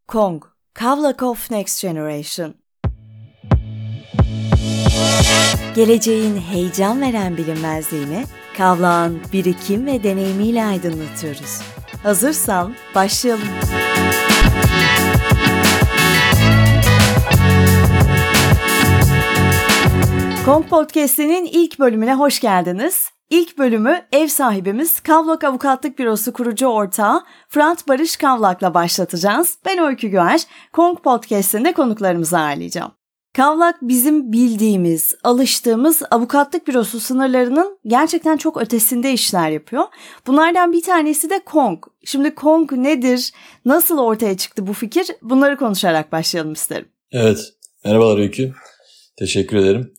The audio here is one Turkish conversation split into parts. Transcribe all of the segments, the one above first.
Kong, Kavlakov Next Generation. Geleceğin heyecan veren bilinmezliğini Kavlak'ın birikim ve deneyimiyle aydınlatıyoruz. Hazırsan başlayalım. Kong Podcast'inin ilk bölümüne hoş geldiniz. İlk bölümü ev sahibimiz Kavlak Avukatlık Bürosu kurucu ortağı Fırat Barış Kavlak'la başlatacağız. Ben Öykü Güer, Kong Podcast'inde konuklarımızı ağırlayacağım. Kavlak bizim bildiğimiz, alıştığımız avukatlık bürosu sınırlarının gerçekten çok ötesinde işler yapıyor. Bunlardan bir tanesi de Kong. Şimdi Kong nedir, nasıl ortaya çıktı bu fikir? Bunları konuşarak başlayalım isterim. Evet, merhabalar Öykü. Teşekkür ederim.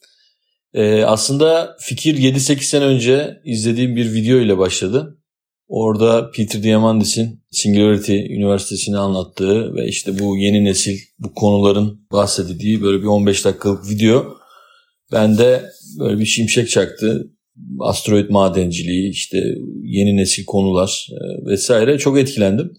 Aslında fikir 7-8 sene önce izlediğim bir video ile başladı. Orada Peter Diamandis'in Singularity Üniversitesi'ni anlattığı ve işte bu yeni nesil bu konuların bahsedildiği böyle bir 15 dakikalık video. Bende böyle bir şimşek çaktı. Asteroid madenciliği, işte yeni nesil konular vesaire, çok etkilendim.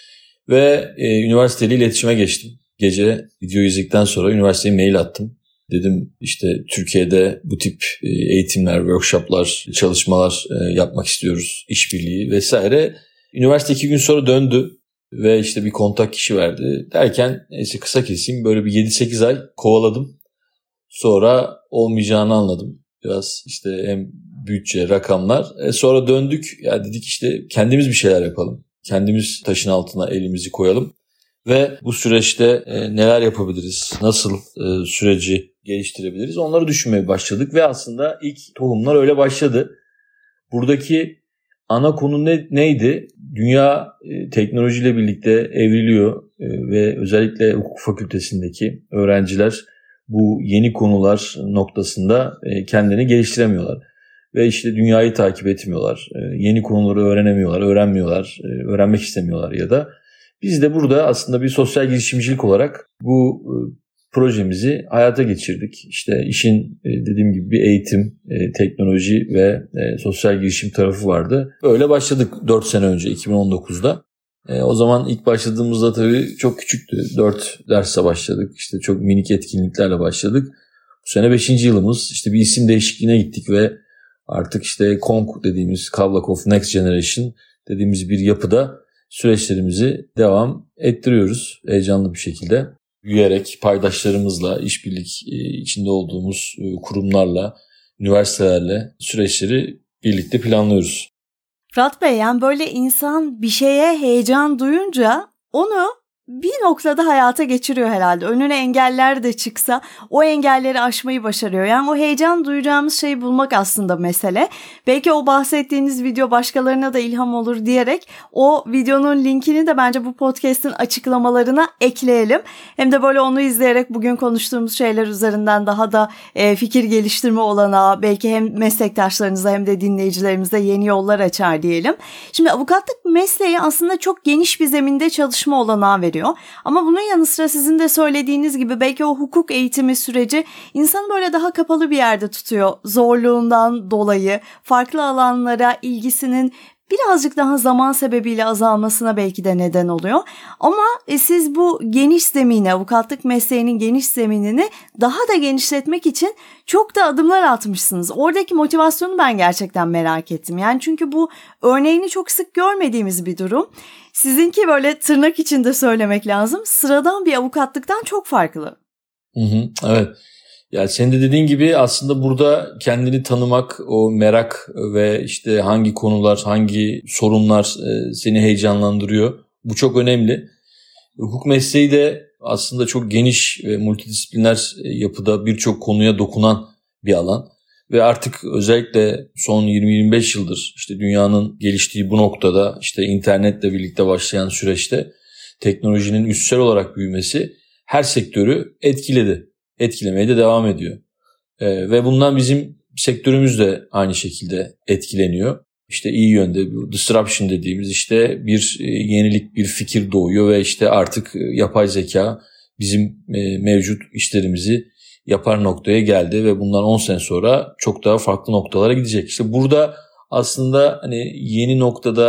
Ve üniversiteyle iletişime geçtim. Gece videoyu izledikten sonra üniversiteye mail attım. Dedim işte Türkiye'de bu tip eğitimler, workshoplar, çalışmalar yapmak istiyoruz, işbirliği vesaire. Üniversite 2 gün sonra döndü ve işte bir kontak kişi verdi. Derken neyse kısa keseyim, böyle bir 7-8 ay kovaladım. Sonra olmayacağını anladım. Biraz işte hem bütçe, rakamlar. Sonra döndük, ya dedik işte kendimiz bir şeyler yapalım. Kendimiz taşın altına elimizi koyalım. Ve bu süreçte neler yapabiliriz, nasıl süreci geliştirebiliriz, onları düşünmeye başladık. Ve aslında ilk tohumlar öyle başladı. Buradaki ana konu neydi? Dünya teknolojiyle birlikte evriliyor ve özellikle hukuk fakültesindeki öğrenciler bu yeni konular noktasında kendini geliştiremiyorlar. Ve işte dünyayı takip etmiyorlar, yeni konuları öğrenmiyorlar, öğrenmek istemiyorlar ya da. Biz de burada aslında bir sosyal girişimcilik olarak bu projemizi hayata geçirdik. İşte işin dediğim gibi bir eğitim, teknoloji ve sosyal girişim tarafı vardı. Böyle başladık 4 sene önce, 2019'da. O zaman ilk başladığımızda tabii çok küçüktü. 4 dersle başladık. İşte çok minik etkinliklerle başladık. Bu sene 5. yılımız. İşte bir isim değişikliğine gittik ve artık işte Kong dediğimiz, Kavlakov Next Generation dediğimiz bir yapıda süreçlerimizi devam ettiriyoruz heyecanlı bir şekilde. Büyüyerek paydaşlarımızla, işbirlik içinde olduğumuz kurumlarla, üniversitelerle süreçleri birlikte planlıyoruz. Fırat Bey, yani böyle insan bir şeye heyecan duyunca onu bir noktada hayata geçiriyor herhalde. Önüne engeller de çıksa o engelleri aşmayı başarıyor. Yani o heyecan duyacağımız şeyi bulmak aslında mesele. Belki o bahsettiğiniz video başkalarına da ilham olur diyerek o videonun linkini de bence bu podcast'in açıklamalarına ekleyelim. Hem de böyle onu izleyerek bugün konuştuğumuz şeyler üzerinden daha da fikir geliştirme olanağı belki hem meslektaşlarınıza hem de dinleyicilerimize yeni yollar açar diyelim. Şimdi avukatlık mesleği aslında çok geniş bir zeminde çalışma olanağı veriyor. Ama bunun yanı sıra sizin de söylediğiniz gibi belki o hukuk eğitimi süreci insanı böyle daha kapalı bir yerde tutuyor. Zorluğundan dolayı farklı alanlara ilgisinin birazcık daha zaman sebebiyle azalmasına belki de neden oluyor. Ama siz bu geniş zemini, avukatlık mesleğinin geniş zeminini daha da genişletmek için çok da adımlar atmışsınız. Oradaki motivasyonu ben gerçekten merak ettim. Yani çünkü bu örneğini çok sık görmediğimiz bir durum. Sizinki böyle tırnak içinde söylemek lazım, sıradan bir avukatlıktan çok farklı. Evet. Yani senin de dediğin gibi aslında burada kendini tanımak, o merak ve işte hangi konular, hangi sorunlar seni heyecanlandırıyor. Bu çok önemli. Hukuk mesleği de aslında çok geniş ve multidisipliner yapıda birçok konuya dokunan bir alan. Ve artık özellikle son 20-25 yıldır işte dünyanın geliştiği bu noktada, işte internetle birlikte başlayan süreçte teknolojinin üstsel olarak büyümesi her sektörü etkiledi. Etkilemeye de devam ediyor. Ve bundan bizim sektörümüz de aynı şekilde etkileniyor. İşte iyi yönde disruption dediğimiz işte bir yenilik, bir fikir doğuyor ve işte artık yapay zeka bizim mevcut işlerimizi yapar noktaya geldi ve bundan 10 sene sonra çok daha farklı noktalara gidecek. İşte burada aslında hani yeni noktada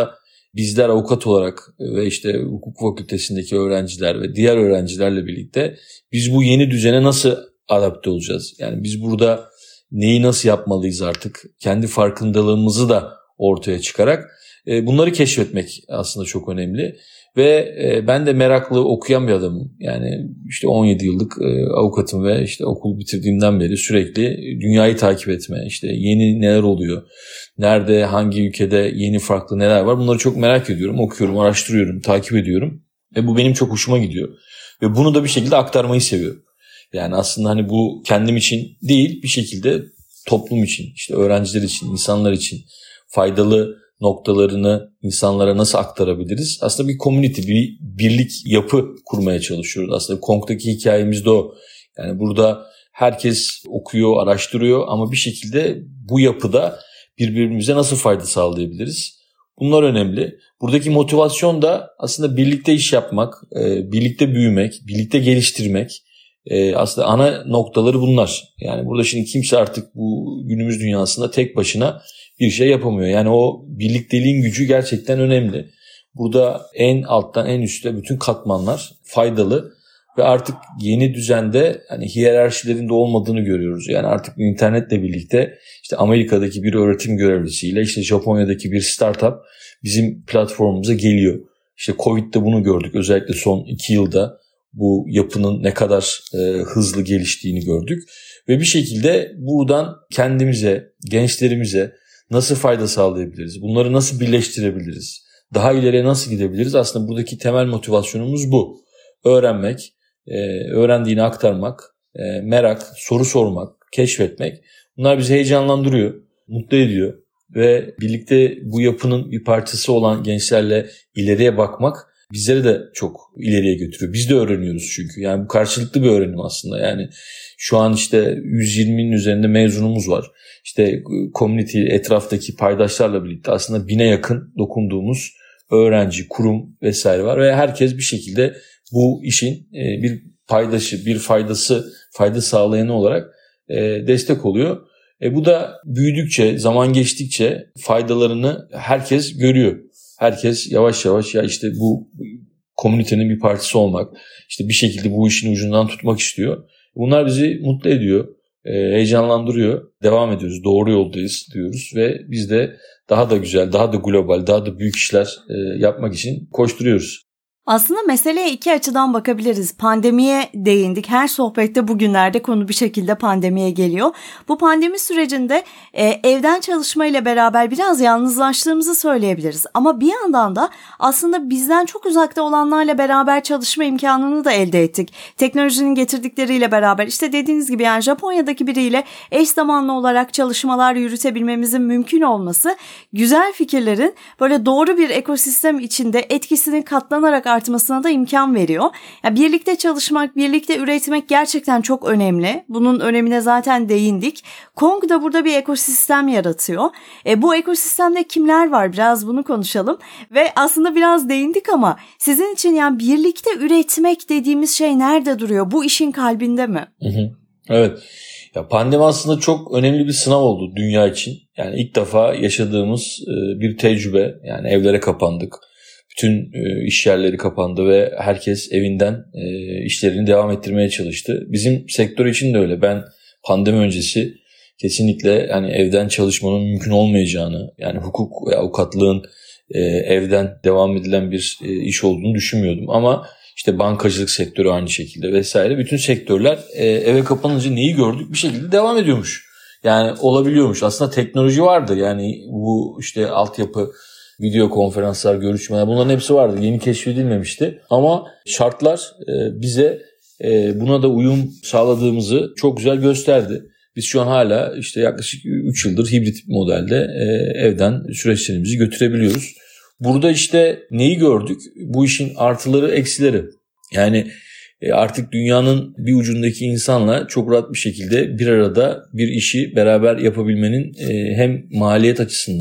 bizler avukat olarak ve işte hukuk fakültesindeki öğrenciler ve diğer öğrencilerle birlikte biz bu yeni düzene nasıl adapte olacağız? Yani biz burada neyi nasıl yapmalıyız artık? Kendi farkındalığımızı da ortaya çıkarak bunları keşfetmek aslında çok önemli. Ve ben de meraklı okuyan bir adamım. Yani işte 17 yıllık avukatım ve işte okul bitirdiğimden beri sürekli dünyayı takip etme, işte yeni neler oluyor, nerede, hangi ülkede yeni farklı neler var, bunları çok merak ediyorum, okuyorum, araştırıyorum, takip ediyorum ve bu benim çok hoşuma gidiyor ve bunu da bir şekilde aktarmayı seviyorum. Yani aslında hani bu kendim için değil, bir şekilde toplum için, işte öğrenciler için, insanlar için faydalı noktalarını insanlara nasıl aktarabiliriz? Aslında bir community, bir birlik yapı kurmaya çalışıyoruz. Aslında Kong'daki hikayemiz de o. Yani burada herkes okuyor, araştırıyor ama bir şekilde bu yapıda birbirimize nasıl fayda sağlayabiliriz? Bunlar önemli. Buradaki motivasyon da aslında birlikte iş yapmak, birlikte büyümek, birlikte geliştirmek. Aslında ana noktaları bunlar. Yani burada şimdi kimse artık bu günümüz dünyasında tek başına bir şey yapamıyor. Yani o birlikteliğin gücü gerçekten önemli. Burada en alttan en üste bütün katmanlar faydalı ve artık yeni düzende hani hiyerarşilerin de olmadığını görüyoruz. Yani artık internetle birlikte işte Amerika'daki bir öğretim görevlisiyle işte Japonya'daki bir startup bizim platformumuza geliyor. İşte Covid'de bunu gördük. Özellikle son 2 yılda bu yapının ne kadar hızlı geliştiğini gördük. Ve bir şekilde buradan kendimize, gençlerimize nasıl fayda sağlayabiliriz? Bunları nasıl birleştirebiliriz? Daha ileriye nasıl gidebiliriz? Aslında buradaki temel motivasyonumuz bu. Öğrenmek, öğrendiğini aktarmak, merak, soru sormak, keşfetmek. Bunlar bizi heyecanlandırıyor, mutlu ediyor. Ve birlikte bu yapının bir parçası olan gençlerle ileriye bakmak bizleri de çok ileriye götürüyor. Biz de öğreniyoruz çünkü. Yani bu karşılıklı bir öğrenim aslında. Yani şu an işte 120'nin üzerinde mezunumuz var. İşte community, etraftaki paydaşlarla birlikte aslında 1000'e yakın dokunduğumuz öğrenci, kurum vesaire var. Ve herkes bir şekilde bu işin bir paydaşı, bir fayda sağlayanı olarak destek oluyor. Bu da büyüdükçe, zaman geçtikçe faydalarını herkes görüyor. Herkes yavaş yavaş ya işte bu komünitenin bir parçası olmak, işte bir şekilde bu işin ucundan tutmak istiyor. Bunlar bizi mutlu ediyor, heyecanlandırıyor. Devam ediyoruz, doğru yoldayız diyoruz ve biz de daha da güzel, daha da global, daha da büyük işler yapmak için koşturuyoruz. Aslında meseleye iki açıdan bakabiliriz. Pandemiye değindik. Her sohbette bugünlerde konu bir şekilde pandemiye geliyor. Bu pandemi sürecinde evden çalışma ile beraber biraz yalnızlaştığımızı söyleyebiliriz. Ama bir yandan da aslında bizden çok uzakta olanlarla beraber çalışma imkanını da elde ettik. Teknolojinin getirdikleriyle beraber işte dediğiniz gibi yani Japonya'daki biriyle eş zamanlı olarak çalışmalar yürütebilmemizin mümkün olması güzel fikirlerin böyle doğru bir ekosistem içinde etkisinin katlanarak artmasına da imkan veriyor. Yani birlikte çalışmak, birlikte üretmek gerçekten çok önemli. Bunun önemine zaten değindik. Kong da burada bir ekosistem yaratıyor. Bu ekosistemde kimler var? Biraz bunu konuşalım. Ve aslında biraz değindik ama sizin için yani birlikte üretmek dediğimiz şey nerede duruyor? Bu işin kalbinde mi? Evet. Ya pandemi aslında çok önemli bir sınav oldu dünya için. Yani ilk defa yaşadığımız bir tecrübe. Yani evlere kapandık. Bütün iş yerleri kapandı ve herkes evinden işlerini devam ettirmeye çalıştı. Bizim sektör için de öyle. Ben pandemi öncesi kesinlikle yani evden çalışmanın mümkün olmayacağını, yani hukuk ve avukatlığın evden devam edilen bir iş olduğunu düşünmüyordum. Ama işte bankacılık sektörü aynı şekilde vesaire. Bütün sektörler eve kapanınca neyi gördük? Bir şekilde devam ediyormuş. Yani olabiliyormuş. Aslında teknoloji vardı. Yani bu işte altyapı, video konferanslar, görüşmeler bunların hepsi vardı. Yeni keşfedilmemişti. Ama şartlar bize buna da uyum sağladığımızı çok güzel gösterdi. Biz şu an hala işte yaklaşık 3 yıldır hibrit modelde evden süreçlerimizi götürebiliyoruz. Burada işte neyi gördük? Bu işin artıları, eksileri. Yani artık dünyanın bir ucundaki insanla çok rahat bir şekilde bir arada bir işi beraber yapabilmenin hem maliyet açısından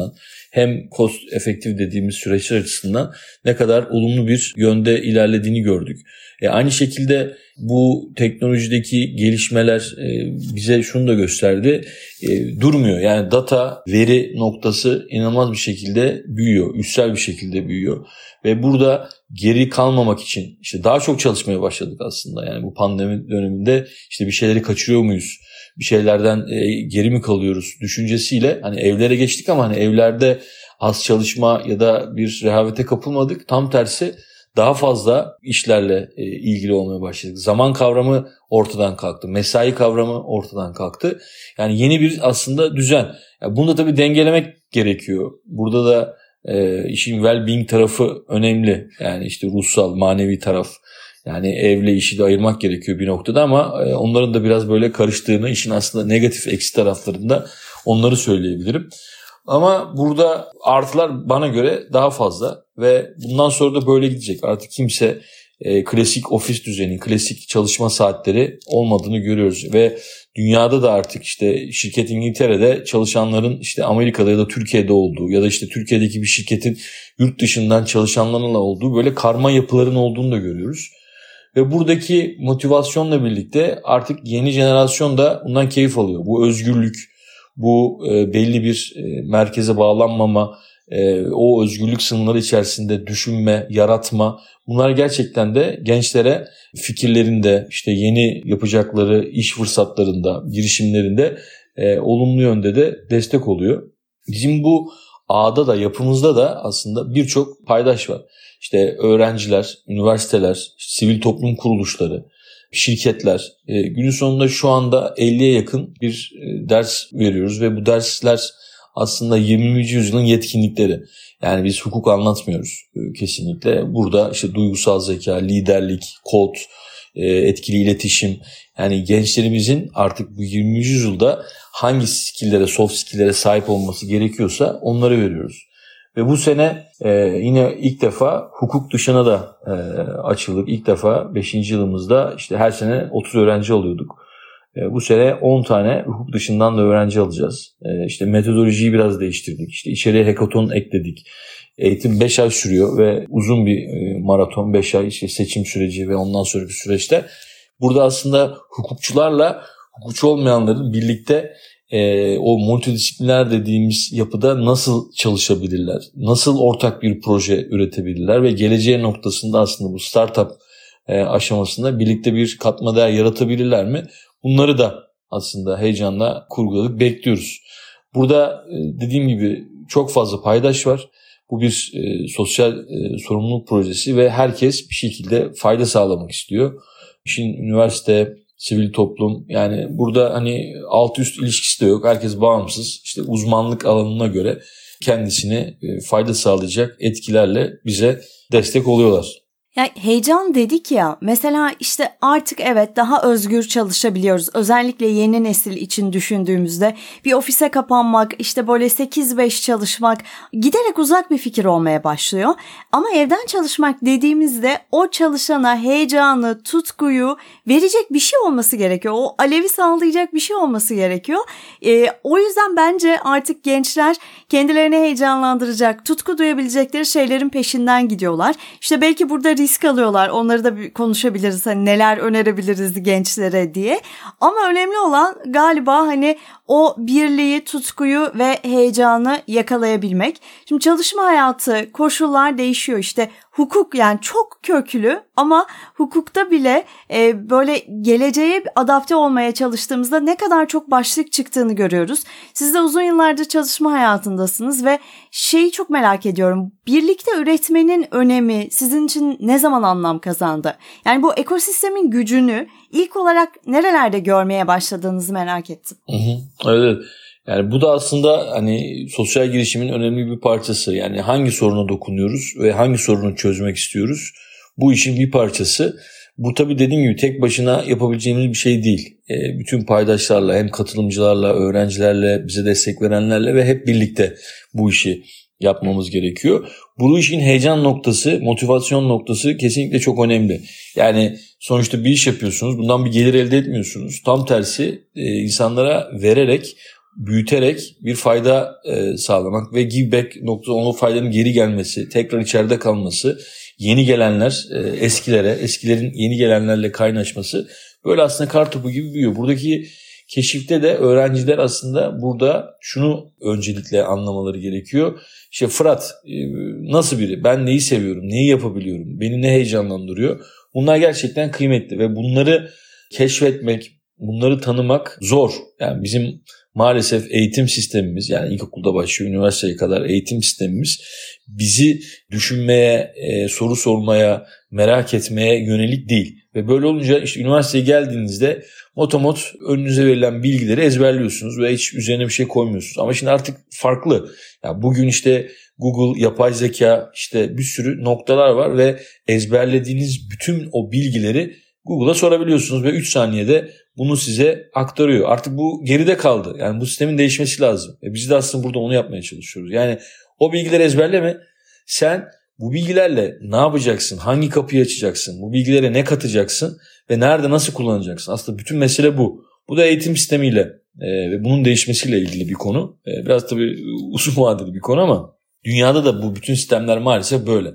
hem cost effective dediğimiz süreçler açısından ne kadar olumlu bir yönde ilerlediğini gördük. Aynı şekilde bu teknolojideki gelişmeler bize şunu da gösterdi. Durmuyor. Yani data, veri noktası inanılmaz bir şekilde büyüyor. Üstsel bir şekilde büyüyor. Ve burada geri kalmamak için işte daha çok çalışmaya başladık aslında. Yani bu pandemi döneminde işte bir şeyleri kaçırıyor muyuz? Bir şeylerden geri mi kalıyoruz düşüncesiyle hani evlere geçtik ama hani evlerde az çalışma ya da bir rehavete kapılmadık. Tam tersi daha fazla işlerle ilgili olmaya başladık. Zaman kavramı ortadan kalktı. Mesai kavramı ortadan kalktı. Yani yeni bir aslında düzen. Yani bunu da tabii dengelemek gerekiyor. Burada da işin well-being tarafı önemli. Yani işte ruhsal, manevi taraf. Yani evle işi de ayırmak gerekiyor bir noktada ama onların da biraz böyle karıştığını, işin aslında negatif eksi taraflarında onları söyleyebilirim. Ama burada artılar bana göre daha fazla ve bundan sonra da böyle gidecek. Artık kimse klasik ofis düzeni, klasik çalışma saatleri olmadığını görüyoruz. Ve dünyada da artık işte şirket İngiltere'de çalışanların işte Amerika'da ya da Türkiye'de olduğu ya da işte Türkiye'deki bir şirketin yurt dışından çalışanlarla olduğu böyle karma yapıların olduğunu da görüyoruz. Ve buradaki motivasyonla birlikte artık yeni jenerasyon da bundan keyif alıyor. Bu özgürlük, bu belli bir merkeze bağlanmama, o özgürlük sınırları içerisinde düşünme, yaratma, bunlar gerçekten de gençlere fikirlerinde, işte yeni yapacakları iş fırsatlarında, girişimlerinde olumlu yönde de destek oluyor. Bizim bu ağda da, yapımızda da aslında birçok paydaş var. İşte öğrenciler, üniversiteler, sivil toplum kuruluşları, şirketler. Günün sonunda şu anda 50'ye yakın bir ders veriyoruz ve bu dersler aslında 20. yüzyılın yetkinlikleri. Yani biz hukuk anlatmıyoruz kesinlikle. Burada işte duygusal zeka, liderlik, kod, etkili iletişim. Yani gençlerimizin artık bu 20. yüzyılda hangi skill'lere, soft skill'lere sahip olması gerekiyorsa onları veriyoruz. Ve bu sene yine ilk defa hukuk dışına da açıldık. İlk defa 5. yılımızda işte her sene 30 öğrenci alıyorduk. Bu sene 10 tane hukuk dışından da öğrenci alacağız. İşte metodolojiyi biraz değiştirdik. İşte içeriye hackathon ekledik. Eğitim 5 ay sürüyor ve uzun bir maraton, 5 ay işte seçim süreci ve ondan sonraki süreçte. Burada aslında hukukçularla hukukçu olmayanların birlikte o multidisipliner dediğimiz yapıda nasıl çalışabilirler, nasıl ortak bir proje üretebilirler ve geleceğe noktasında aslında bu startup aşamasında birlikte bir katma değer yaratabilirler mi? Bunları da aslında heyecanla kurguladık, bekliyoruz. Burada dediğim gibi çok fazla paydaş var. Bu bir sosyal sorumluluk projesi ve herkes bir şekilde fayda sağlamak istiyor. İşin üniversite, sivil toplum, yani burada hani alt üst ilişkisi de yok. Herkes bağımsız, işte uzmanlık alanına göre kendisine fayda sağlayacak etkilerle bize destek oluyorlar. Ya heyecan dedik ya, mesela işte artık evet daha özgür çalışabiliyoruz. Özellikle yeni nesil için düşündüğümüzde bir ofise kapanmak, işte böyle 8-5 çalışmak giderek uzak bir fikir olmaya başlıyor. Ama evden çalışmak dediğimizde o çalışana heyecanı, tutkuyu verecek bir şey olması gerekiyor. O alevi sağlayacak bir şey olması gerekiyor. O yüzden bence artık gençler kendilerini heyecanlandıracak, tutku duyabilecekleri şeylerin peşinden gidiyorlar. İşte belki burada risk alıyorlar. Onları da konuşabiliriz. Hani neler önerebiliriz gençlere diye. Ama önemli olan galiba hani o birliği, tutkuyu ve heyecanı yakalayabilmek. Şimdi çalışma hayatı, koşullar değişiyor. İşte hukuk yani çok köklü ama hukukta bile böyle geleceğe adapte olmaya çalıştığımızda ne kadar çok başlık çıktığını görüyoruz. Siz de uzun yıllardır çalışma hayatındasınız ve şeyi çok merak ediyorum. Birlikte üretmenin önemi sizin için ne zaman anlam kazandı? Yani bu ekosistemin gücünü ilk olarak nerelerde görmeye başladığınızı merak ettim. Evet. Yani bu da aslında hani sosyal girişimin önemli bir parçası. Yani hangi soruna dokunuyoruz ve hangi sorunu çözmek istiyoruz? Bu işin bir parçası. Bu tabii dediğim gibi tek başına yapabileceğimiz bir şey değil. Bütün paydaşlarla, hem katılımcılarla, öğrencilerle, bize destek verenlerle ve hep birlikte bu işi yapmamız gerekiyor. Bu işin heyecan noktası, motivasyon noktası kesinlikle çok önemli. Yani sonuçta bir iş yapıyorsunuz, bundan bir gelir elde etmiyorsunuz. Tam tersi insanlara vererek büyüterek bir fayda sağlamak ve give back noktada onun faydanın geri gelmesi, tekrar içeride kalması, yeni gelenler eskilerin yeni gelenlerle kaynaşması böyle aslında kartopu gibi büyüyor. Buradaki keşifte de öğrenciler aslında burada şunu öncelikle anlamaları gerekiyor. İşte Fırat nasıl biri? Ben neyi seviyorum? Neyi yapabiliyorum? Beni ne heyecanlandırıyor? Bunlar gerçekten kıymetli ve bunları keşfetmek, bunları tanımak zor. Yani bizim maalesef eğitim sistemimiz, yani ilkokulda başlıyor, üniversiteye kadar eğitim sistemimiz bizi düşünmeye, soru sormaya, merak etmeye yönelik değil. Ve böyle olunca işte üniversiteye geldiğinizde otomat önünüze verilen bilgileri ezberliyorsunuz ve hiç üzerine bir şey koymuyorsunuz. Ama şimdi artık farklı. Yani bugün işte Google, yapay zeka, işte bir sürü noktalar var ve ezberlediğiniz bütün o bilgileri Google'a sorabiliyorsunuz ve 3 saniyede bunu size aktarıyor. Artık bu geride kaldı. Yani bu sistemin değişmesi lazım. Biz de aslında burada onu yapmaya çalışıyoruz. Yani o bilgileri ezberleme. Sen bu bilgilerle ne yapacaksın? Hangi kapıyı açacaksın? Bu bilgilere ne katacaksın? Ve nerede nasıl kullanacaksın? Aslında bütün mesele bu. Bu da eğitim sistemiyle ve bunun değişmesiyle ilgili bir konu. Biraz tabii uzun vadeli bir konu ama dünyada da bu bütün sistemler maalesef böyle.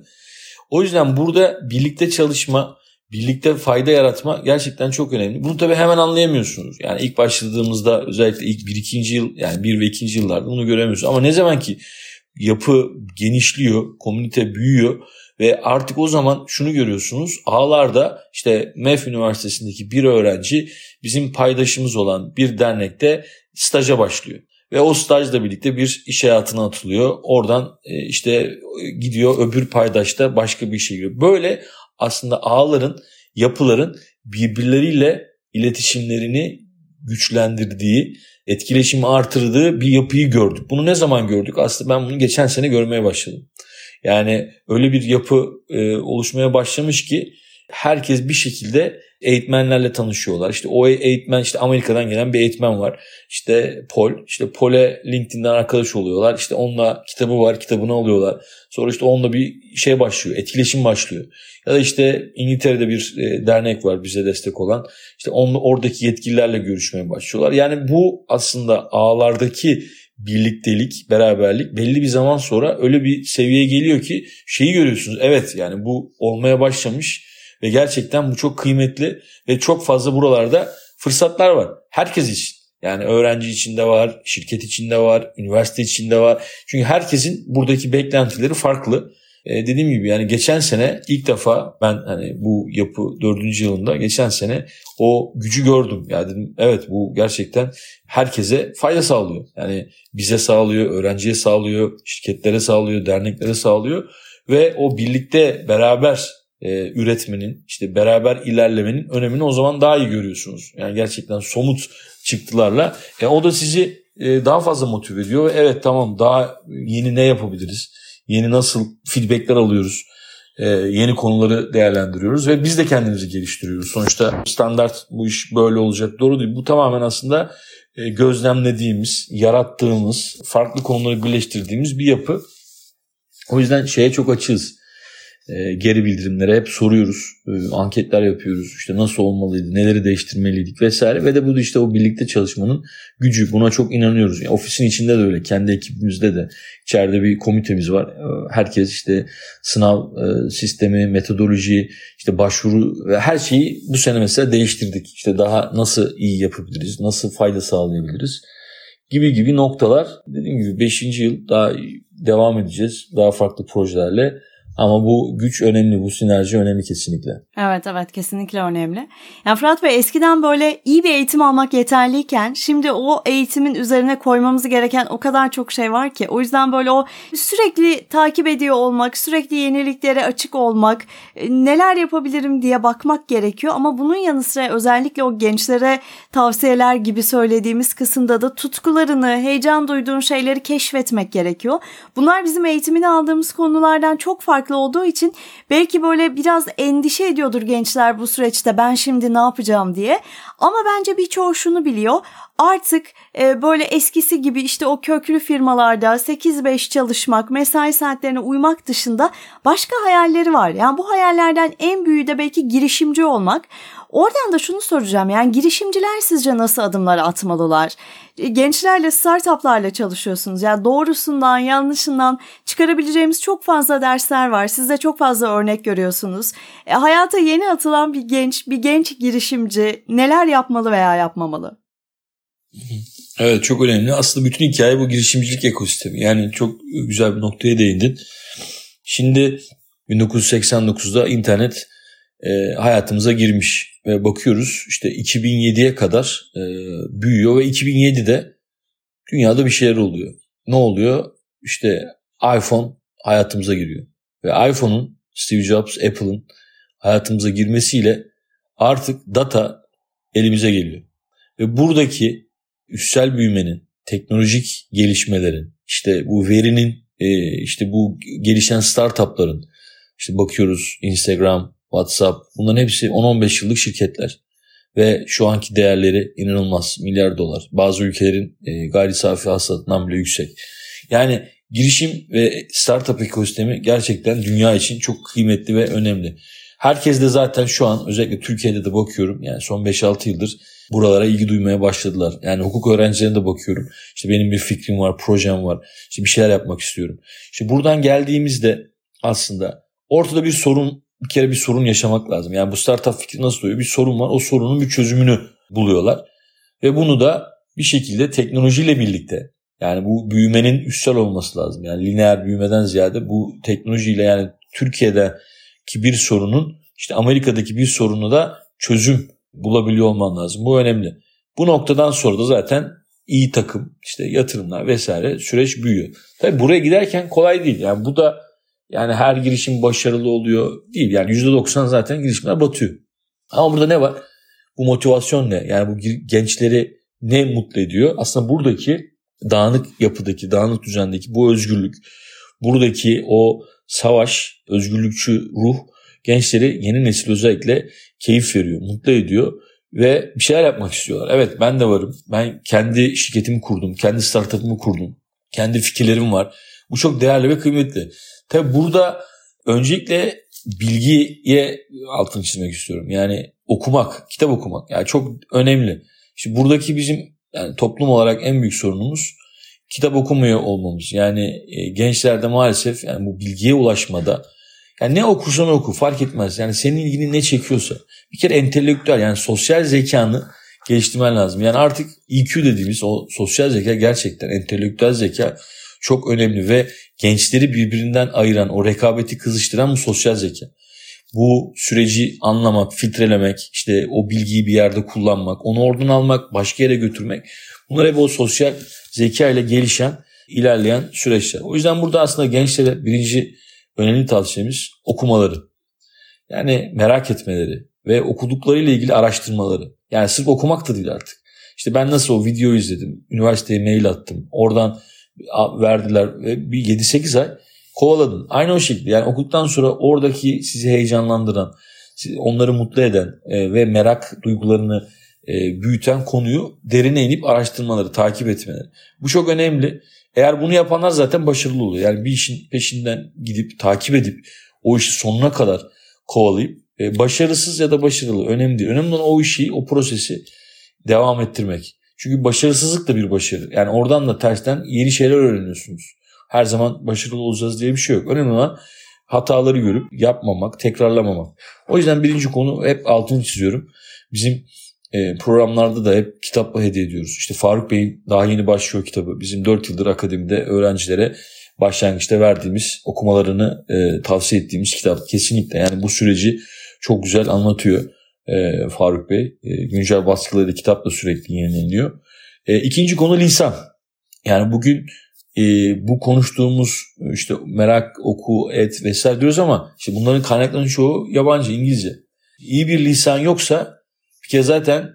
O yüzden burada birlikte çalışma, birlikte fayda yaratma gerçekten çok önemli. Bunu tabii hemen anlayamıyorsunuz. Yani ilk başladığımızda özellikle ilk 1-2. yıl, yani 1 ve 2. yıllarda bunu göremiyorsunuz. Ama ne zaman ki yapı genişliyor, komünite büyüyor ve artık o zaman şunu görüyorsunuz. Ağlarda işte MEF Üniversitesi'ndeki bir öğrenci bizim paydaşımız olan bir dernekte staja başlıyor. Ve o stajla birlikte bir iş hayatına atılıyor. Oradan işte gidiyor, öbür paydaşta başka bir işe giriyor. Böyle aslında ağların, yapıların birbirleriyle iletişimlerini güçlendirdiği, etkileşimi artırdığı bir yapıyı gördük. Bunu ne zaman gördük? Aslında ben bunu geçen sene görmeye başladım. Yani öyle bir yapı oluşmaya başlamış ki herkes bir şekilde eğitmenlerle tanışıyorlar. İşte o eğitmen, işte Amerika'dan gelen bir eğitmen var. İşte Paul. İşte Paul'e LinkedIn'den arkadaş oluyorlar. İşte onunla kitabı var, kitabını alıyorlar. Sonra işte onunla bir şey başlıyor, etkileşim başlıyor. Ya da işte İngiltere'de bir dernek var bize destek olan. İşte oradaki yetkililerle görüşmeye başlıyorlar. Yani bu aslında ağlardaki birliktelik, beraberlik belli bir zaman sonra öyle bir seviyeye geliyor ki şeyi görüyorsunuz. Evet, yani bu olmaya başlamış ve gerçekten bu çok kıymetli ve çok fazla buralarda fırsatlar var. Herkes için. Yani öğrenci için de var, şirket için de var, üniversite için de var. Çünkü herkesin buradaki beklentileri farklı. Dediğim gibi yani geçen sene ilk defa ben hani bu yapı 4. yılında geçen sene o gücü gördüm. Ya dedim evet, bu gerçekten herkese fayda sağlıyor. Yani bize sağlıyor, öğrenciye sağlıyor, şirketlere sağlıyor, derneklere sağlıyor ve o birlikte beraber üretmenin, işte beraber ilerlemenin önemini o zaman daha iyi görüyorsunuz. Yani gerçekten somut çıktılarla. O da sizi daha fazla motive ediyor. Evet, tamam, daha yeni ne yapabiliriz? Yeni nasıl feedbackler alıyoruz? Yeni konuları değerlendiriyoruz ve biz de kendimizi geliştiriyoruz. Sonuçta standart bu iş böyle olacak, doğru değil. Bu tamamen aslında gözlemlediğimiz, yarattığımız, farklı konuları birleştirdiğimiz bir yapı. O yüzden şeye çok açığız. Geri bildirimlere hep soruyoruz, anketler yapıyoruz, işte nasıl olmalıydı, neleri değiştirmeliydik vesaire ve de bu da işte o birlikte çalışmanın gücü. Buna çok inanıyoruz. Yani ofisin içinde de öyle, kendi ekibimizde de içeride bir komitemiz var. Herkes işte sınav sistemi, metodoloji, işte başvuru ve her şeyi bu sene mesela değiştirdik. İşte daha nasıl iyi yapabiliriz, nasıl fayda sağlayabiliriz gibi noktalar. Dediğim gibi 5. yıl daha devam edeceğiz, daha farklı projelerle. Ama bu güç önemli, bu sinerji önemli kesinlikle. Evet, kesinlikle önemli. Yani Fırat Bey, eskiden böyle iyi bir eğitim almak yeterliyken şimdi o eğitimin üzerine koymamız gereken o kadar çok şey var ki. O yüzden böyle o sürekli takip ediyor olmak, sürekli yeniliklere açık olmak, neler yapabilirim diye bakmak gerekiyor. Ama bunun yanı sıra özellikle o gençlere tavsiyeler gibi söylediğimiz kısımda da tutkularını, heyecan duyduğun şeyleri keşfetmek gerekiyor. Bunlar bizim eğitimini aldığımız konulardan çok farklı olduğu için belki böyle biraz endişe ediyordur gençler bu süreçte, ben şimdi ne yapacağım diye. Ama bence birçoğu şunu biliyor. Artık böyle eskisi gibi işte o köklü firmalarda 8-5 çalışmak, mesai saatlerine uymak dışında başka hayalleri var. Yani bu hayallerden en büyüğü de belki girişimci olmak. Oradan da şunu soracağım, yani girişimciler sizce nasıl adımlar atmalılar? Gençlerle, startuplarla çalışıyorsunuz. Yani doğrusundan, yanlışından çıkarabileceğimiz çok fazla dersler var. Siz de çok fazla örnek görüyorsunuz. Hayata yeni atılan bir genç girişimci neler yapmalı veya yapmamalı? Evet, çok önemli. Aslında bütün hikaye bu girişimcilik ekosistemi. Yani çok güzel bir noktaya değindin. Şimdi 1989'da internet hayatımıza girmiş ve bakıyoruz işte 2007'ye kadar büyüyor ve 2007'de dünyada bir şeyler oluyor. Ne oluyor? İşte iPhone hayatımıza giriyor ve iPhone'un, Steve Jobs, Apple'ın hayatımıza girmesiyle artık data elimize geliyor. Ve buradaki üstsel büyümenin, teknolojik gelişmelerin, işte bu verinin, işte bu gelişen startupların, işte bakıyoruz Instagram, WhatsApp, bunların hepsi 10-15 yıllık şirketler. Ve şu anki değerleri inanılmaz, milyar dolar. Bazı ülkelerin gayri safi hasılatından bile yüksek. Yani girişim ve startup ekosistemi gerçekten dünya için çok kıymetli ve önemli. Herkes de zaten şu an, özellikle Türkiye'de de bakıyorum, yani son 5-6 yıldır buralara ilgi duymaya başladılar. Yani hukuk öğrencilerine de bakıyorum. İşte benim bir fikrim var, projem var. İşte bir şeyler yapmak istiyorum. İşte buradan geldiğimizde aslında ortada bir sorun yaşamak lazım. Yani bu startup fikri nasıl oluyor? Bir sorun var. O sorunun bir çözümünü buluyorlar. Ve bunu da bir şekilde teknolojiyle birlikte, yani bu büyümenin üstsel olması lazım. Yani lineer büyümeden ziyade bu teknolojiyle, yani Türkiye'deki bir sorunun işte Amerika'daki bir sorunu da çözüm bulabiliyor olman lazım. Bu önemli. Bu noktadan sonra da zaten iyi takım, işte yatırımlar vesaire, süreç büyüyor. Tabii buraya giderken kolay değil. Yani bu da, yani her girişim başarılı oluyor değil. Yani %90 zaten girişimler batıyor. Ama burada ne var? Bu motivasyon ne? Yani bu gençleri ne mutlu ediyor? Aslında buradaki dağınık yapıdaki, dağınık düzendeki bu özgürlük, buradaki o savaş, özgürlükçü ruh gençleri, yeni nesil özellikle keyif veriyor, mutlu ediyor ve bir şeyler yapmak istiyorlar. Evet, ben de varım. Ben kendi şirketimi kurdum, kendi startup'ımı kurdum. Kendi fikirlerim var. Bu çok değerli ve kıymetli. Tabii burada öncelikle bilgiye altını çizmek istiyorum. Yani okumak, kitap okumak. Yani çok önemli. İşte buradaki bizim, yani toplum olarak en büyük sorunumuz kitap okumuyor olmamız. Yani gençlerde maalesef, yani bu bilgiye ulaşmada, yani ne okursan oku fark etmez. Yani senin ilgini ne çekiyorsa, bir kere entelektüel, yani sosyal zekanı geliştirmen lazım. Yani artık EQ dediğimiz o sosyal zeka, gerçekten entelektüel zeka çok önemli ve gençleri birbirinden ayıran, o rekabeti kızıştıran bu sosyal zeka. Bu süreci anlamak, filtrelemek, işte o bilgiyi bir yerde kullanmak, onu oradan almak, başka yere götürmek. Bunlar hep o sosyal zeka ile gelişen, ilerleyen süreçler. O yüzden burada aslında gençlere birinci önemli tavsiyemiz okumaları. Yani merak etmeleri ve okuduklarıyla ilgili araştırmaları. Yani sırf okumak da değil artık. İşte ben nasıl o videoyu izledim, üniversiteye mail attım, oradan verdiler ve bir 7-8 ay kovaladım. Aynı o şekilde, yani okuduktan sonra oradaki sizi heyecanlandıran, onları mutlu eden ve merak duygularını büyüten konuyu derine inip araştırmaları, takip etmeleri. Bu çok önemli. Eğer bunu yapanlar zaten başarılı oluyor. Yani bir işin peşinden gidip takip edip o işi sonuna kadar kovalayıp başarısız ya da başarılı önemli değil. Önemli olan o işi, o prosesi devam ettirmek. Çünkü başarısızlık da bir başarı. Yani oradan da tersten yeni şeyler öğreniyorsunuz. Her zaman başarılı olacağız diye bir şey yok. Önemli olan hataları görüp yapmamak, tekrarlamamak. O yüzden birinci konu, hep altını çiziyorum. Bizim programlarda da hep kitapla hediye ediyoruz. İşte Faruk Bey'in daha yeni başlıyor kitabı. Bizim 4 yıldır akademide öğrencilere başlangıçta verdiğimiz, okumalarını tavsiye ettiğimiz kitap. Kesinlikle, yani bu süreci çok güzel anlatıyor Faruk Bey. Güncel baskıları kitap da sürekli yenileniyor. İkinci konu lisan. Yani bugün bu konuştuğumuz işte merak, oku, et vesaire diyoruz ama işte bunların kaynaklarının çoğu yabancı, İngilizce. İyi bir lisan yoksa bir kere zaten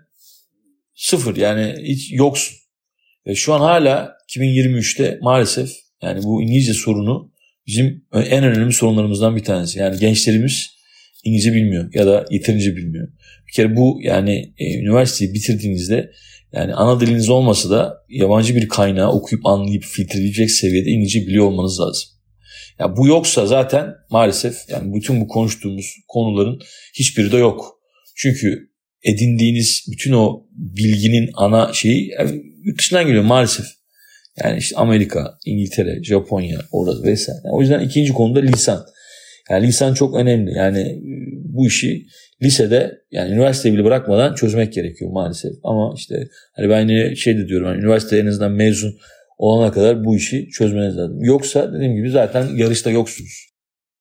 sıfır, yani hiç yoksun. Ve şu an hala 2023'te maalesef yani bu İngilizce sorunu bizim en önemli sorunlarımızdan bir tanesi. Yani gençlerimiz İngilizce bilmiyor ya da yeterince bilmiyor. Bir kere bu, yani üniversiteyi bitirdiğinizde, yani ana diliniz olmasa da yabancı bir kaynağı okuyup anlayıp filtreleyecek seviyede İngilizce biliyor olmanız lazım. Ya bu yoksa zaten maalesef, yani bütün bu konuştuğumuz konuların hiçbiri de yok. Çünkü edindiğiniz bütün o bilginin ana şeyi yani yurt dışından geliyor maalesef. Yani işte Amerika, İngiltere, Japonya orada vesaire. Yani o yüzden ikinci konuda lisan. Yani lisan çok önemli. Yani bu işi lisede yani üniversiteyi bile bırakmadan çözmek gerekiyor maalesef. Ama işte hani ben yine şey de diyorum hani üniversite en azından mezun olana kadar bu işi çözmeniz lazım. Yoksa dediğim gibi zaten yarışta yoksunuz.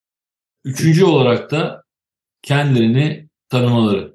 Üçüncü olarak da kendilerini tanımaları.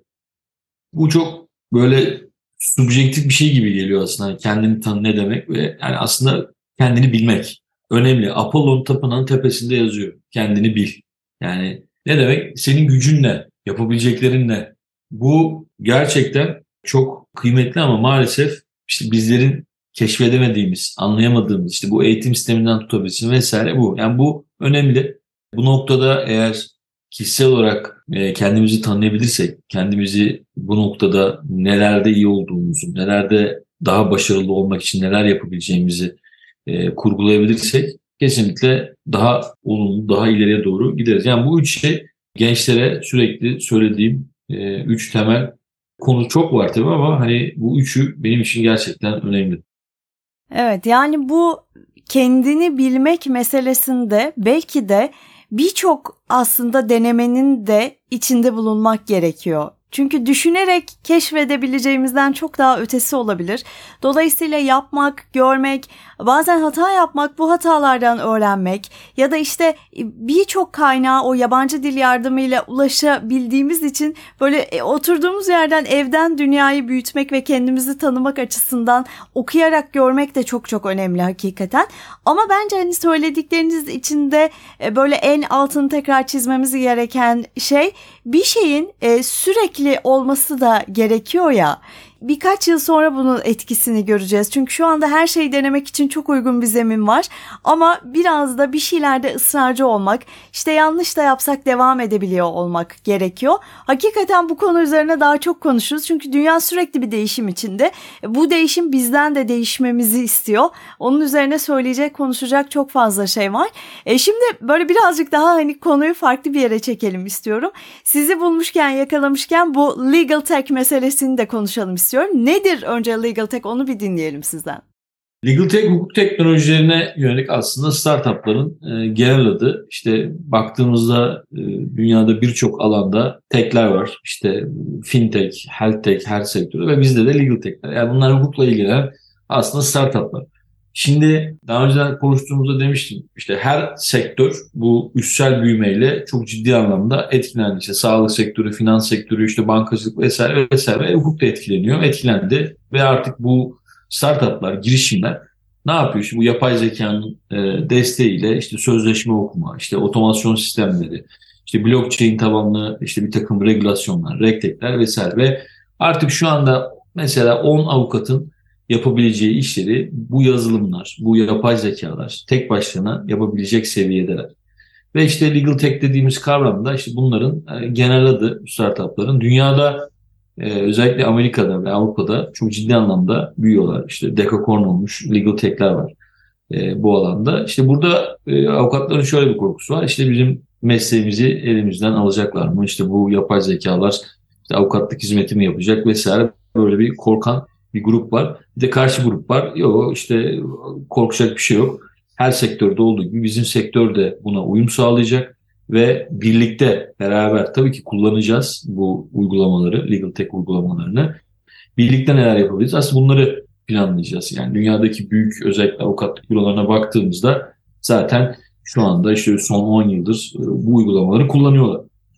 Bu çok böyle subjektif bir şey gibi geliyor aslında. Yani kendini tanı ne demek ve yani aslında kendini bilmek önemli. Apollon tapınağının tepesinde yazıyor. Kendini bil. Yani ne demek? Senin gücün ne? Yapabileceklerin ne? Bu gerçekten çok kıymetli ama maalesef işte bizlerin keşfedemediğimiz, anlayamadığımız işte bu eğitim sisteminden tutabilsin vesaire bu. Yani bu önemli. Bu noktada eğer kişisel olarak kendimizi tanıyabilirsek, kendimizi bu noktada nelerde iyi olduğumuzu, nelerde daha başarılı olmak için neler yapabileceğimizi kurgulayabilirsek kesinlikle daha olumlu, daha ileriye doğru gideriz. Yani bu üç şey gençlere sürekli söylediğim üç temel konu çok var tabii ama hani bu üçü benim için gerçekten önemli. Evet, yani bu kendini bilmek meselesinde belki de birçok aslında denemenin de içinde bulunmak gerekiyor. Çünkü düşünerek keşfedebileceğimizden çok daha ötesi olabilir. Dolayısıyla yapmak, görmek, bazen hata yapmak, bu hatalardan öğrenmek ya da işte birçok kaynağa o yabancı dil yardımıyla ulaşabildiğimiz için böyle oturduğumuz yerden evden dünyayı büyütmek ve kendimizi tanımak açısından okuyarak görmek de çok çok önemli hakikaten. Ama bence hani söyledikleriniz içinde böyle en altını tekrar çizmemiz gereken şey bir şeyin sürekli olması da gerekiyor ya. Birkaç yıl sonra bunun etkisini göreceğiz. Çünkü şu anda her şeyi denemek için çok uygun bir zemin var. Ama biraz da bir şeylerde ısrarcı olmak, işte yanlış da yapsak devam edebiliyor olmak gerekiyor. Hakikaten bu konu üzerine daha çok konuşuruz. Çünkü dünya sürekli bir değişim içinde. Bu değişim bizden de değişmemizi istiyor. Onun üzerine söyleyecek, konuşacak çok fazla şey var. Şimdi böyle birazcık daha hani konuyu farklı bir yere çekelim istiyorum. Sizi bulmuşken, yakalamışken bu legal tech meselesini de konuşalım istiyorum. Nedir önce legal tech, onu bir dinleyelim sizden. Legal tech hukuk teknolojilerine yönelik aslında startupların genel adı. İşte baktığımızda dünyada birçok alanda tech'ler var. İşte fintech, health tech, her sektörü ve bizde de legal tech'ler. Yani bunlar hukukla ilgilenen aslında startuplar. Şimdi daha önce konuştuğumuzda demiştim işte her sektör bu üstsel büyümeyle çok ciddi anlamda etkilendi. İşte sağlık sektörü, finans sektörü, işte bankacılık vesaire vesaire hukuk da etkileniyor, etkilendi ve artık bu startuplar, girişimler ne yapıyor? İşte bu yapay zekanın desteğiyle işte sözleşme okuma, işte otomasyon sistemleri, işte blockchain tabanlı işte bir takım regülasyonlar, regtekler vesaire ve artık şu anda mesela 10 avukatın yapabileceği işleri bu yazılımlar, bu yapay zekalar tek başına yapabilecek seviyedeler. Ve işte legal tech dediğimiz kavramda işte bunların genel adı startupların dünyada özellikle Amerika'da ve Avrupa'da çok ciddi anlamda büyüyorlar. İşte decacorn olmuş legal tech'ler var bu alanda. İşte burada avukatların şöyle bir korkusu var. İşte bizim mesleğimizi elimizden alacaklar mı? İşte bu yapay zekalar işte avukatlık hizmeti mi yapacak vesaire, böyle bir korkan bir grup var. Bir de karşı grup var. Yok işte korkacak bir şey yok. Her sektörde olduğu gibi bizim sektör de buna uyum sağlayacak ve birlikte beraber tabii ki kullanacağız bu uygulamaları, legal tech uygulamalarını. Birlikte neler yapabiliriz? Aslında bunları planlayacağız. Yani dünyadaki büyük özellikle avukatlık bürolarına baktığımızda zaten şu anda işte son 10 yıldır bu uygulamaları kullanıyorlar.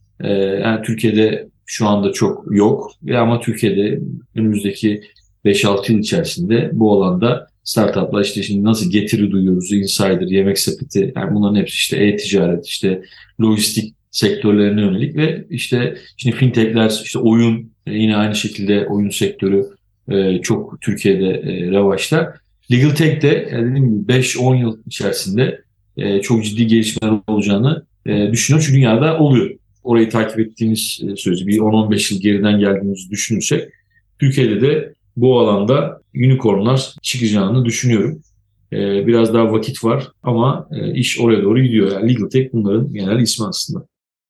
Yani Türkiye'de şu anda çok yok ama Türkiye'de önümüzdeki 5-6 yıl içerisinde bu alanda startuplar işte şimdi nasıl getiri duyuyoruz, insider, yemek sepeti, yani bunların hepsi işte e-ticaret, işte lojistik sektörlerine yönelik ve işte şimdi fintechler, işte oyun, yine aynı şekilde oyun sektörü çok Türkiye'de revaçta. Legal tech de yani dediğim gibi 5-10 yıl içerisinde çok ciddi gelişmeler olacağını düşünüyorum. Çünkü dünyada oluyor. Orayı takip ettiğimiz sözü bir 10-15 yıl geriden geldiğimizi düşünürsek Türkiye'de de bu alanda unicornlar çıkacağını düşünüyorum. Biraz daha vakit var ama iş oraya doğru gidiyor. Yani legal tech bunların genel ismi aslında.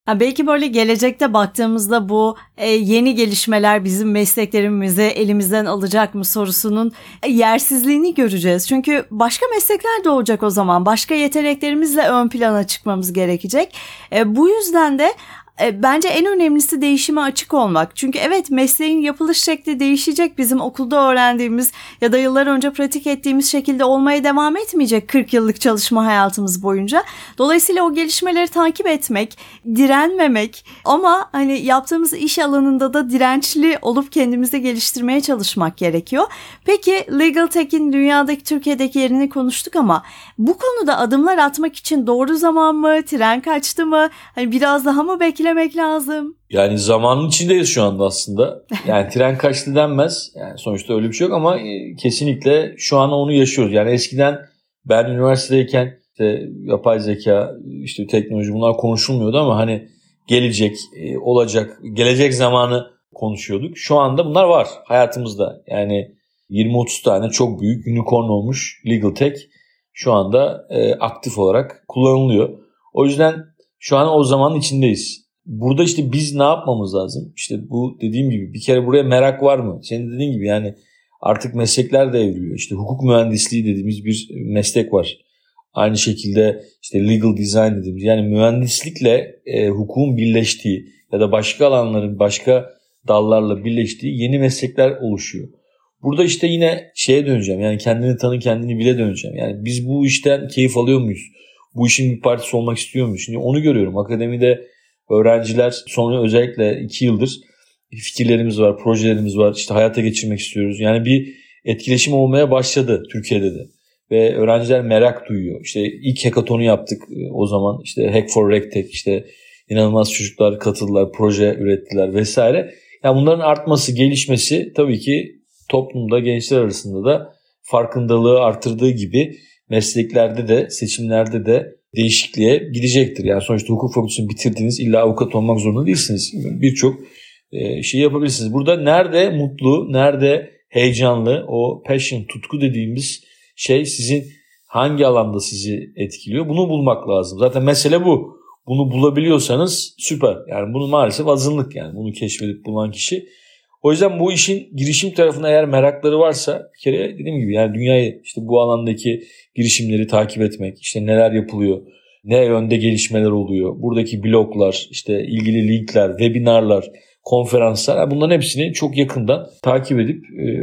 Belki böyle gelecekte baktığımızda bu yeni gelişmeler bizim mesleklerimizi elimizden alacak mı sorusunun yersizliğini göreceğiz. Çünkü başka meslekler doğacak o zaman. Başka yeteneklerimizle ön plana çıkmamız gerekecek. Bu yüzden de bence en önemlisi değişime açık olmak. Çünkü evet, mesleğin yapılış şekli değişecek. Bizim okulda öğrendiğimiz ya da yıllar önce pratik ettiğimiz şekilde olmaya devam etmeyecek 40 yıllık çalışma hayatımız boyunca. Dolayısıyla o gelişmeleri takip etmek, direnmemek ama hani yaptığımız iş alanında da dirençli olup kendimizi geliştirmeye çalışmak gerekiyor. Peki Legal Tech'in dünyadaki, Türkiye'deki yerini konuştuk ama bu konuda adımlar atmak için doğru zaman mı? Tren kaçtı mı? Hani biraz daha mı beklemek lazım? Yani zamanın içindeyiz şu anda aslında. Yani tren kaçtı denmez. Yani sonuçta öyle bir şey yok ama kesinlikle şu an onu yaşıyoruz. Yani eskiden ben üniversitedeyken işte yapay zeka, işte teknoloji, bunlar konuşulmuyordu ama hani gelecek, olacak, gelecek zamanı konuşuyorduk. Şu anda bunlar var hayatımızda. Yani 20-30 tane çok büyük unicorn olmuş Legal Tech şu anda aktif olarak kullanılıyor. O yüzden şu an o zamanın içindeyiz. Burada işte biz ne yapmamız lazım? İşte bu dediğim gibi bir kere buraya merak var mı? Senin dediğin gibi yani artık meslekler de evriliyor. İşte hukuk mühendisliği dediğimiz bir meslek var. Aynı şekilde işte legal design dediğimiz, yani mühendislikle hukukun birleştiği ya da başka alanların başka dallarla birleştiği yeni meslekler oluşuyor. Burada işte yine şeye döneceğim, yani kendini tanı kendini bile döneceğim. Yani biz bu işten keyif alıyor muyuz? Bu işin bir partisi olmak istiyor muyuz? Şimdi onu görüyorum. Akademide öğrenciler sonra özellikle 2 yıldır fikirlerimiz var, projelerimiz var, işte hayata geçirmek istiyoruz. Yani bir etkileşim olmaya başladı Türkiye'de de. Ve öğrenciler merak duyuyor. İşte ilk hackathon'u yaptık o zaman. İşte Hack for RegTech, işte inanılmaz çocuklar katıldılar, proje ürettiler vesaire. Yani bunların artması, gelişmesi tabii ki toplumda, gençler arasında da farkındalığı artırdığı gibi mesleklerde de, seçimlerde de değişikliğe gidecektir. Yani sonuçta hukuk fakültesini bitirdiniz, illa avukat olmak zorunda değilsiniz. Birçok şey yapabilirsiniz. Burada nerede mutlu, nerede heyecanlı, o passion, tutku dediğimiz şey sizin hangi alanda sizi etkiliyor? Bunu bulmak lazım. Zaten mesele bu. Bunu bulabiliyorsanız süper. Yani bunu maalesef azınlık, yani bunu keşfedip bulan kişi. O yüzden bu işin girişim tarafına eğer merakları varsa, bir kere dediğim gibi yani dünyayı, işte bu alandaki girişimleri takip etmek, işte neler yapılıyor, ne yönde gelişmeler oluyor, buradaki bloglar, işte ilgili linkler, webinarlar, konferanslar, bunların hepsini çok yakından takip edip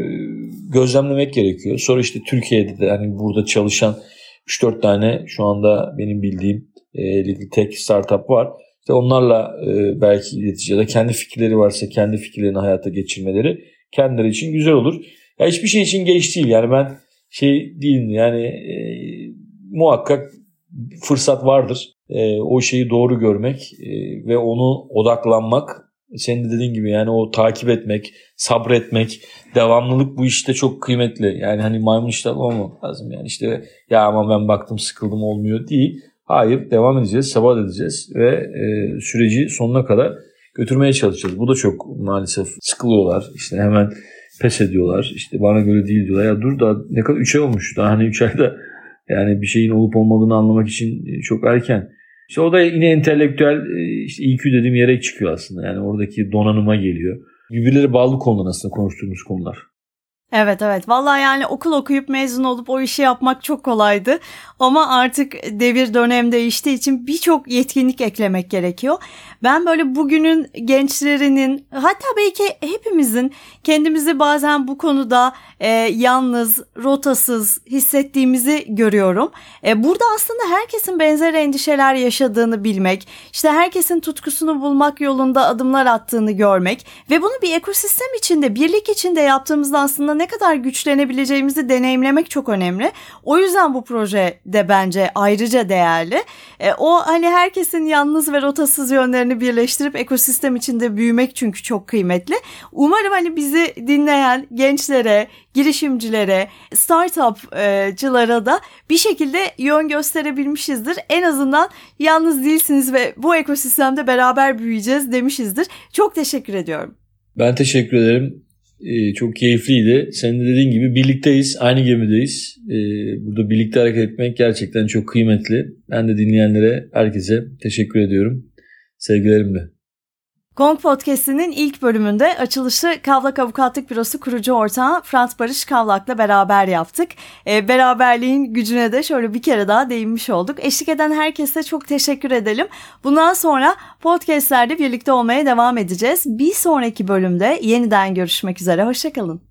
gözlemlemek gerekiyor. Sonra işte Türkiye'de de hani burada çalışan 3-4 tane şu anda benim bildiğim Legal Tech startup var. İşte onlarla belki iletişim ya da kendi fikirleri varsa kendi fikirlerini hayata geçirmeleri kendileri için güzel olur. Ya hiçbir şey için geç değil. Yani ben şey değilim yani muhakkak fırsat vardır. O şeyi doğru görmek ve onu odaklanmak. Senin de dediğin gibi yani o takip etmek, sabretmek, devamlılık bu işte çok kıymetli. Yani hani maymun iştahlı olmamak lazım. Yani işte ya ama ben baktım sıkıldım olmuyor değil. Hayır, devam edeceğiz, sabah edeceğiz ve süreci sonuna kadar götürmeye çalışacağız. Bu da çok maalesef sıkılıyorlar. İşte hemen pes ediyorlar. İşte bana göre değil diyorlar. Ya dur da ne kadar 3 ay olmuş. Daha hani 3 ayda yani bir şeyin olup olmadığını anlamak için çok erken. İşte o da yine entelektüel işte EQ dediğim yere çıkıyor aslında. Yani oradaki donanıma geliyor. Birbirleri bağlı konular aslında konuştuğumuz konular. Evet. Vallahi yani okul okuyup mezun olup o işi yapmak çok kolaydı. Ama artık devir dönem değiştiği için birçok yetkinlik eklemek gerekiyor. Ben böyle bugünün gençlerinin, hatta belki hepimizin kendimizi bazen bu konuda yalnız, rotasız hissettiğimizi görüyorum. Burada aslında herkesin benzer endişeler yaşadığını bilmek, işte herkesin tutkusunu bulmak yolunda adımlar attığını görmek ve bunu bir ekosistem içinde, birlik içinde yaptığımızda aslında ne kadar güçlenebileceğimizi deneyimlemek çok önemli. O yüzden bu proje de bence ayrıca değerli. O hani herkesin yalnız ve rotasız yönlerini birleştirip ekosistem içinde büyümek çünkü çok kıymetli. Umarım hani bizi dinleyen gençlere, girişimcilere, startupçılara da bir şekilde yön gösterebilmişizdir. En azından yalnız değilsiniz ve bu ekosistemde beraber büyüyeceğiz demişizdir. Çok teşekkür ediyorum. Ben teşekkür ederim. Çok keyifliydi. Senin de dediğin gibi birlikteyiz, aynı gemideyiz. Burada birlikte hareket etmek gerçekten çok kıymetli. Ben de dinleyenlere, herkese teşekkür ediyorum. Sevgilerimle. Gong Podcast'inin ilk bölümünde açılışı Kavlak Avukatlık Bürosu kurucu ortağı Fırat Barış Kavlak'la beraber yaptık. Beraberliğin gücüne de şöyle bir kere daha değinmiş olduk. Eşlik eden herkese çok teşekkür edelim. Bundan sonra podcastlerde birlikte olmaya devam edeceğiz. Bir sonraki bölümde yeniden görüşmek üzere. Hoşça kalın.